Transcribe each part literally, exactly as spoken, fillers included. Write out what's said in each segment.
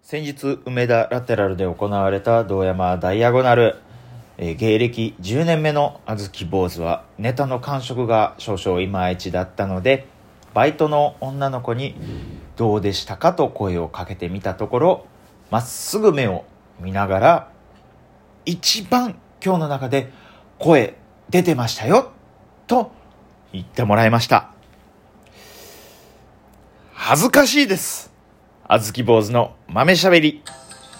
先日梅田ラテラルで行われた堂山ダイアゴナル、えー、芸歴じゅうねんめのあずき坊主はネタの感触が少々いまいちだったので、バイトの女の子にどうでしたかと声をかけてみたところ、まっすぐ目を見ながら一番今日の中で声出てましたよと言ってもらいました。恥ずかしいです。あずき坊主の豆しゃべり。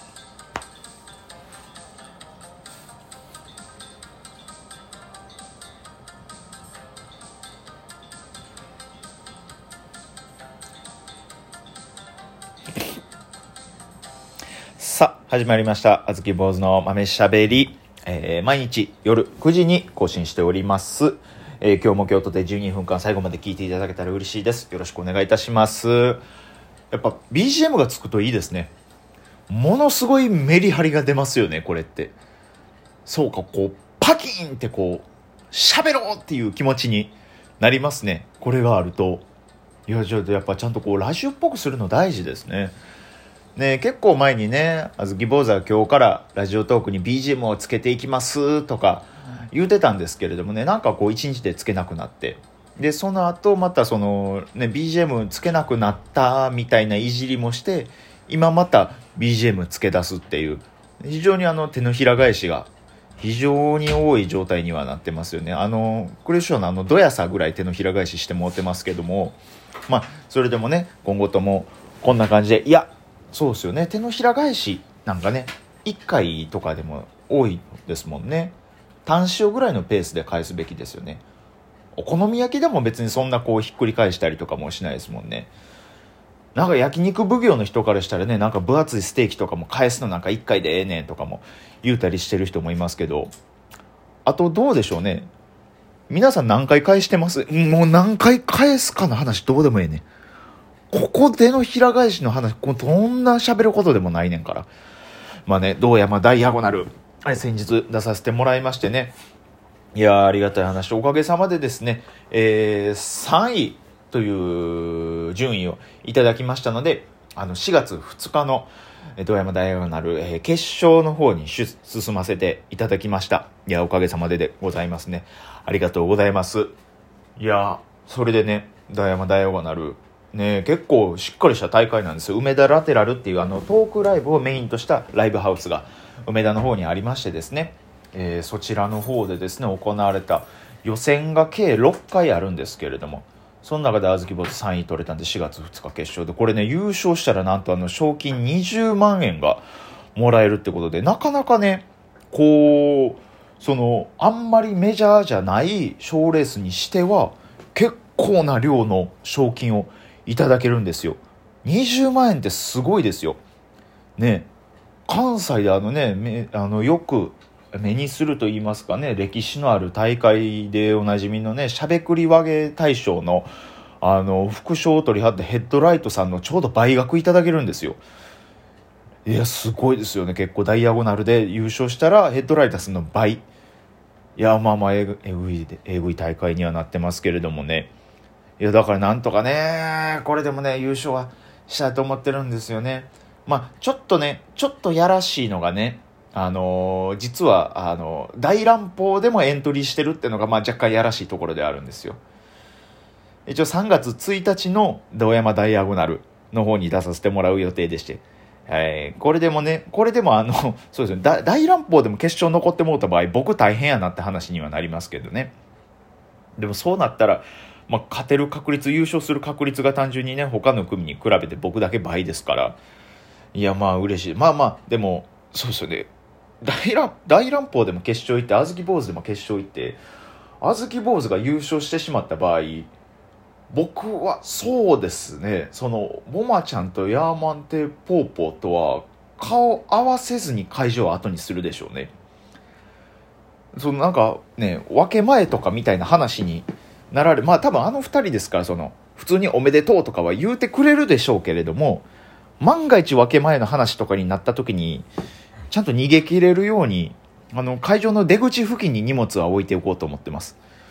さあ始まりました。あずき坊主の豆しゃべり、えー、毎日夜くじに更新しております。えー、今日も京都でじゅうにふんかん最後まで聞いていただけたら嬉しいです。よろしくお願いいたします。やっぱ ビージーエム がつくといいですね。ものすごいメリハリが出ますよね、これって。そうか、こうパキーンってこう喋ろうっていう気持ちになりますね、これがあると。いや、じゃあやっぱちゃんとこうラジオっぽくするの大事ですね。ね、結構前にね、あずき坊主は今日からラジオトークに ビージーエム をつけていきますとか言うてたんですけれどもね、なんかこう一日でつけなくなって、でその後またそのね ビージーエム つけなくなったみたいないじりもして、今また ビージーエム つけ出すっていう、非常にあの手のひら返しが非常に多い状態にはなってますよね。あのクレショーのあのドヤさぐらい手のひら返ししてもらってますけども、まあそれでもね、今後ともこんな感じで、いやそうですよね、手のひら返しなんかねいっかいとかでも多いですもんね。単塩ぐらいのペースで返すべきですよね。お好み焼きでも別にそんなこうひっくり返したりとかもしないですもんね。なんか焼肉奉行の人からしたらね、なんか分厚いステーキとかも返すのなんかいっかいでええねんとかも言うたりしてる人もいますけど、あとどうでしょうね、皆さん何回返してます？もう何回返すかの話どうでもええねん。ここでのひら返しの話、こんな喋ることでもないねんから。まあね、どうやまダイアゴナル、先日出させてもらいましてね、いやーありがたい話、おかげさまでですね、えー、さんいという順位をいただきましたので、あのしがつふつかのどうやまダイアゴナル、えー、決勝の方に進ませていただきました。いやおかげさまででございますね。ありがとうございます。いやそれでね、どうやまダイアゴナルね、結構しっかりした大会なんですよ。梅田ラテラルっていうあのトークライブをメインとしたライブハウスが梅田の方にありましてですね、えー、そちらの方でですね行われた予選が計ろっかいあるんですけれども、その中であずき坊主さんい取れたんでしがつふつか決勝で、これね優勝したらなんとあの賞金にじゅうまんえんがもらえるってことで、なかなかねこうそのあんまりメジャーじゃない賞レースにしては結構な量の賞金をいただけるんですよ。にじゅうまんえんってすごいですよね。関西であのねあのよく目にすると言いますかね、歴史のある大会でおなじみのね、しゃべくり和芸大賞のあの副賞を取りはってヘッドライトさんのちょうど倍額いただけるんですよ。いやすごいですよね。結構ダイアゴナルで優勝したらヘッドライトさんの倍、いやまあまあえぐえぐいえぐい大会にはなってますけれどもね。いやだからなんとかねこれでもね優勝はしたいと思ってるんですよね。まあちょっとねちょっとやらしいのがね、あのー、実はあの大乱暴でもエントリーしてるっていうのがまあ若干やらしいところであるんですよ。一応さんがつついたちの堂山ダイアゴナルの方に出させてもらう予定でして、はい、これでもねこれでもあのそうですね、だ大乱暴でも決勝残ってもうた場合僕大変やなって話にはなりますけどね。でもそうなったらまあ、勝てる確率、優勝する確率が単純にね他の組に比べて僕だけ倍ですから、いやまあ嬉しい。まあまあでもそうですよね、大乱大乱暴でも決勝行って、あずき坊主でも決勝行って、あずき坊主が優勝してしまった場合、僕はそうですね、そのボマちゃんとヤーマンテポーポーとは顔合わせずに会場を後にするでしょうね。そのなんかね分け前とかみたいな話になられ、まあ多分あのふたりですから、その普通におめでとうとかは言うてくれるでしょうけれども、万が一分け前の話とかになった時にちゃんと逃げ切れるように、あの会場の出口付近に荷物は置いておこうと思ってます。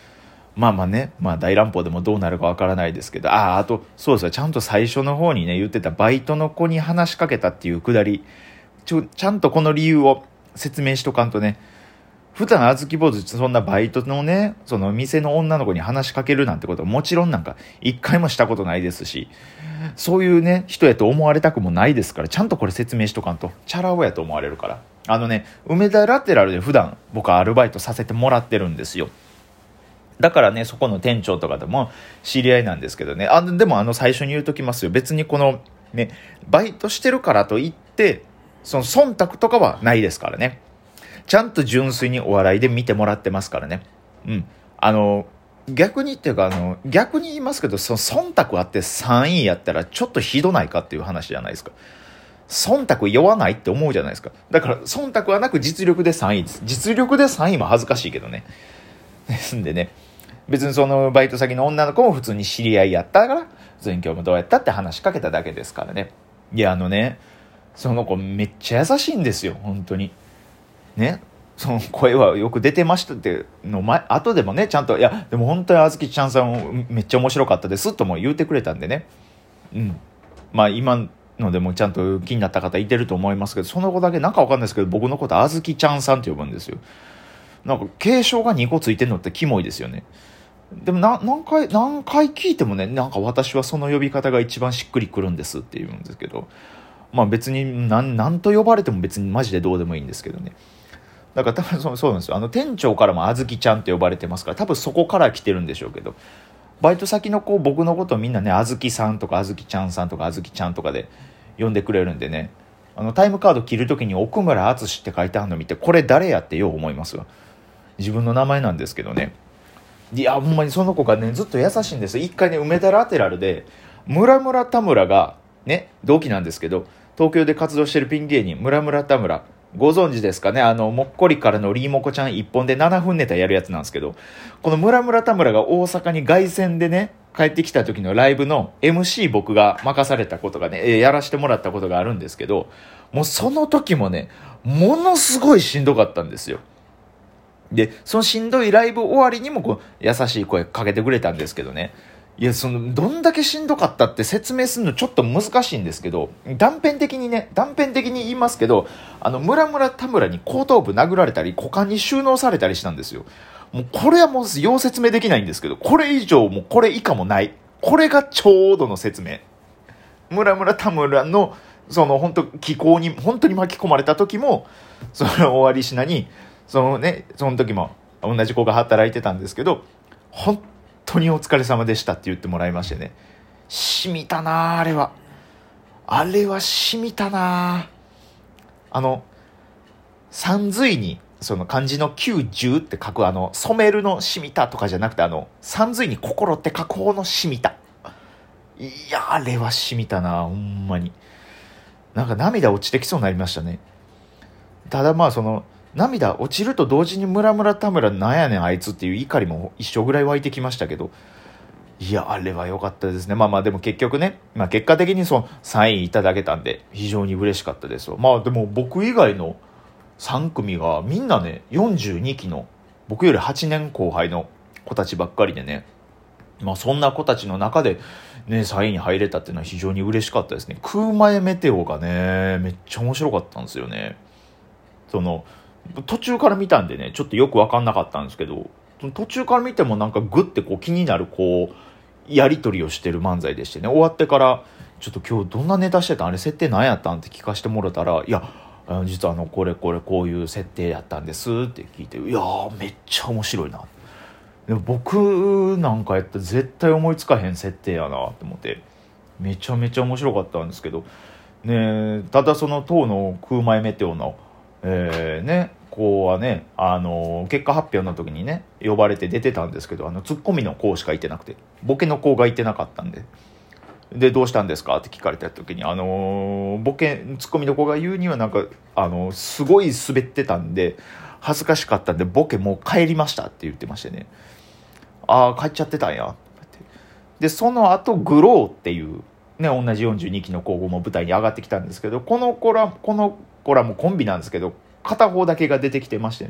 まあまあね、まあ大乱暴でもどうなるかわからないですけど、ああ、あと、そうですよ、ちゃんと最初の方にね、言ってたバイトの子に話しかけたっていうくだり、ちょ、ちゃんとこの理由を説明しとかんとね、普段あずき坊主そんなバイトのね、その店の女の子に話しかけるなんてことはもちろんなんか一回もしたことないですし、そういうね、人やと思われたくもないですから、ちゃんとこれ説明しとかんと、チャラ男やと思われるから。あのね、梅田ラテラルで普段僕はアルバイトさせてもらってるんですよ。だからね、そこの店長とかでも知り合いなんですけどね。あ、でもあの最初に言うときますよ。別にこのね、バイトしてるからといって、その忖度とかはないですからね。ちゃんと純粋にお笑いで見てもらってますからね。うん。あの、逆にっていうか、あの、逆に言いますけど、その忖度あってさんいやったらちょっとひどないかっていう話じゃないですか。忖度酔わないって思うじゃないですか。だから忖度はなく実力でさんいです。実力でさんいも恥ずかしいけどね。ですんでね、別にそのバイト先の女の子も普通に知り合いやったから、普通に今日もどうやったって話しかけただけですからね。いや、あのね、その子めっちゃ優しいんですよ、本当に。ね、その声はよく出てましたっての前後でもね、ちゃんと、いやでも本当にあずきちゃんさんめっちゃ面白かったですとも言ってくれたんでね。うん。まあ今のでもちゃんと気になった方いてると思いますけど、その子だけなんかわかんないですけど、僕のことあずきちゃんさんって呼ぶんですよ。なんか継承がにこついてるのってキモいですよね。でもな何回何回聞いてもね、なんか私はその呼び方が一番しっくりくるんですって言うんですけど、まあ別に何何と呼ばれても別にマジでどうでもいいんですけどね。だから多分そう、そうなんですよ。あの店長からもあずきちゃんって呼ばれてますから、多分そこから来てるんでしょうけど、バイト先の子僕のことをみんなね、あずきさんとかあずきちゃんさんとかあずきちゃんとかで呼んでくれるんでね、あのタイムカード切るときに奥村敦って書いてあるの見て、これ誰やってよう思いますわ。自分の名前なんですけどね。いやほんまにその子がねずっと優しいんですよ。一回ね、梅田ラテラルで村村田村がね、同期なんですけど、東京で活動してるピン芸人村村田村ご存知ですかね。あのもっこりからのリーモコちゃん一本でななふんネタやるやつなんですけど、この村村田村が大阪に凱旋でね帰ってきた時のライブの エムシー 僕が任されたことがね、やらせてもらったことがあるんですけど、もうその時もねものすごいしんどかったんですよ。でそのしんどいライブ終わりにもこう優しい声かけてくれたんですけどね、いやそのどんだけしんどかったって説明するのちょっと難しいんですけど、断片的にね断片的に言いますけど、あの村村田村に後頭部殴られたり股間に収納されたりしたんですよ。もうこれはもうよう説明できないんですけど、これ以上もこれ以下もない、これがちょうどの説明。村村田村のその本当気候に本当に巻き込まれた時も、その終わりしなにそのね、その時も同じ子が働いてたんですけど、本当にお疲れ様でしたって言ってもらいましてね、染みたなあれはあれは染みたな。あの三髄にその漢字のきゅうじゅうって書くあの染めるの染みたとかじゃなくて、あの三髄に心って書く方の染みた。いやあれは染みたな、ほんまに。なんか涙落ちてきそうになりましたね。ただまあその涙落ちると同時にムラムラ田村なんやねんあいつっていう怒りも一緒ぐらい湧いてきましたけど、いやあれは良かったですね。まあまあでも結局ね、まあ、結果的にそのさんいいただけたんで非常に嬉しかったですよ。まあでも僕以外のさん組がみんなねよんじゅうにきの僕よりはちねんこう輩の子たちばっかりでね、まあそんな子たちの中でねさんいに入れたっていうのは非常に嬉しかったですね。空前メテオがねめっちゃ面白かったんですよね。その途中から見たんでねちょっとよく分かんなかったんですけど、途中から見てもなんかグッてこう気になるこうやり取りをしてる漫才でしてね、終わってからちょっと今日どんなネタしてたん、あれ設定何やったんって聞かせてもらったら、いや実はあのこれこれこういう設定やったんですって聞いて、いやーめっちゃ面白いな。でも僕なんかやったら絶対思いつかへん設定やなと思ってめちゃめちゃ面白かったんですけどね。ただその当の空前メテオのえー、ね子はね、あのー、結果発表の時にね呼ばれて出てたんですけど、あのツッコミの子しかいてなくてボケの子がいてなかったんで、でどうしたんですかって聞かれた時に、あのー、ボケツッコミの子が言うにはなんか、あのー、すごい滑ってたんで恥ずかしかったんでボケもう帰りましたって言ってましてね、ああ帰っちゃってたんやって。でその後グローっていうね同じよんじゅうにきの子も舞台に上がってきたんですけど、この子らこの子らもコンビなんですけど片方だけが出てきてましてね、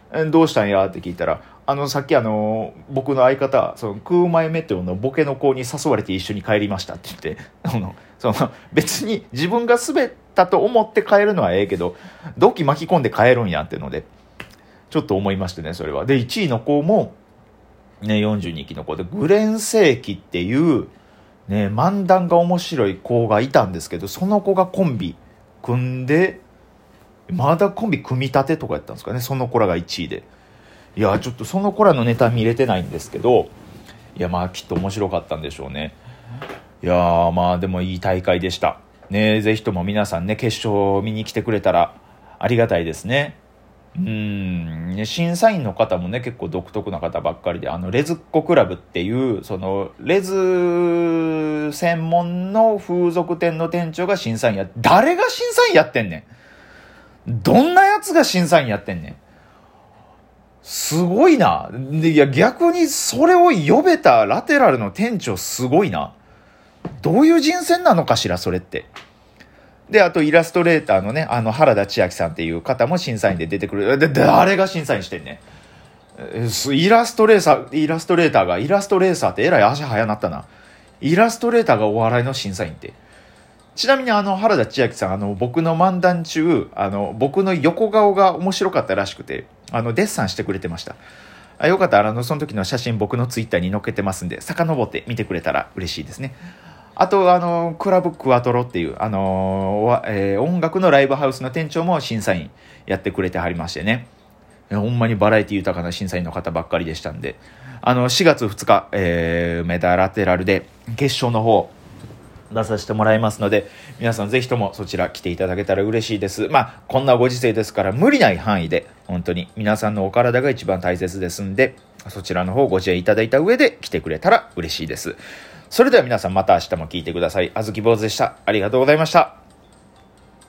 どうしたんやって聞いたら、あの、さっきあの、僕の相方、その、空前メテオのボケの子に誘われて一緒に帰りましたって言って、あの、その、別に自分が滑ったと思って帰るのはええけど、同期巻き込んで帰るんやっていうので、ちょっと思いましてね、それは。で、いちいの子も、ね、よんじゅうにきの子で、グレン世紀っていう、ね、漫談が面白い子がいたんですけど、その子がコンビ組んで、まだコンビ組み立てとかやったんですかね、その子らがいちいで。いや、ちょっとその子らのネタ見れてないんですけど、いや、まあきっと面白かったんでしょうね。いやー、まあでもいい大会でした。ね、ぜひとも皆さんね、決勝見に来てくれたらありがたいですね。うーん、ね、審査員の方もね、結構独特な方ばっかりで、あの、レズッコクラブっていう、その、レズ専門の風俗店の店長が審査員や、誰が審査員やってんねん。どんなやつが審査員やってんねん。すごいな。で、いや、逆にそれを呼べたラテラルの店長すごいな。どういう人選なのかしら、それって。で、あとイラストレーターのね、あの、原田千秋さんっていう方も審査員で出てくる。で、誰が審査員してんねん。イラストレーサー、イラストレーターが、イラストレーサーってえらい足早なったな。イラストレーターがお笑いの審査員って。ちなみにあの原田千秋さん、あの僕の漫談中、あの僕の横顔が面白かったらしくて、あのデッサンしてくれてました。あ、よかったらあのその時の写真僕のツイッターに載っけてますんで、遡って見てくれたら嬉しいですね。あとあのクラブクワトロっていうあの、えー、音楽のライブハウスの店長も審査員やってくれてはりましてね。ほんまにバラエティ豊かな審査員の方ばっかりでしたんで、あのしがつふつか、えー、メダラテラルで決勝の方出させてもらいますので、皆さんぜひともそちら来ていただけたら嬉しいです。まあこんなご時世ですから無理ない範囲で、本当に皆さんのお体が一番大切ですんで、そちらの方ご支援いただいた上で来てくれたら嬉しいです。それでは皆さんまた明日も聞いてください。あずき坊主でした。ありがとうございました。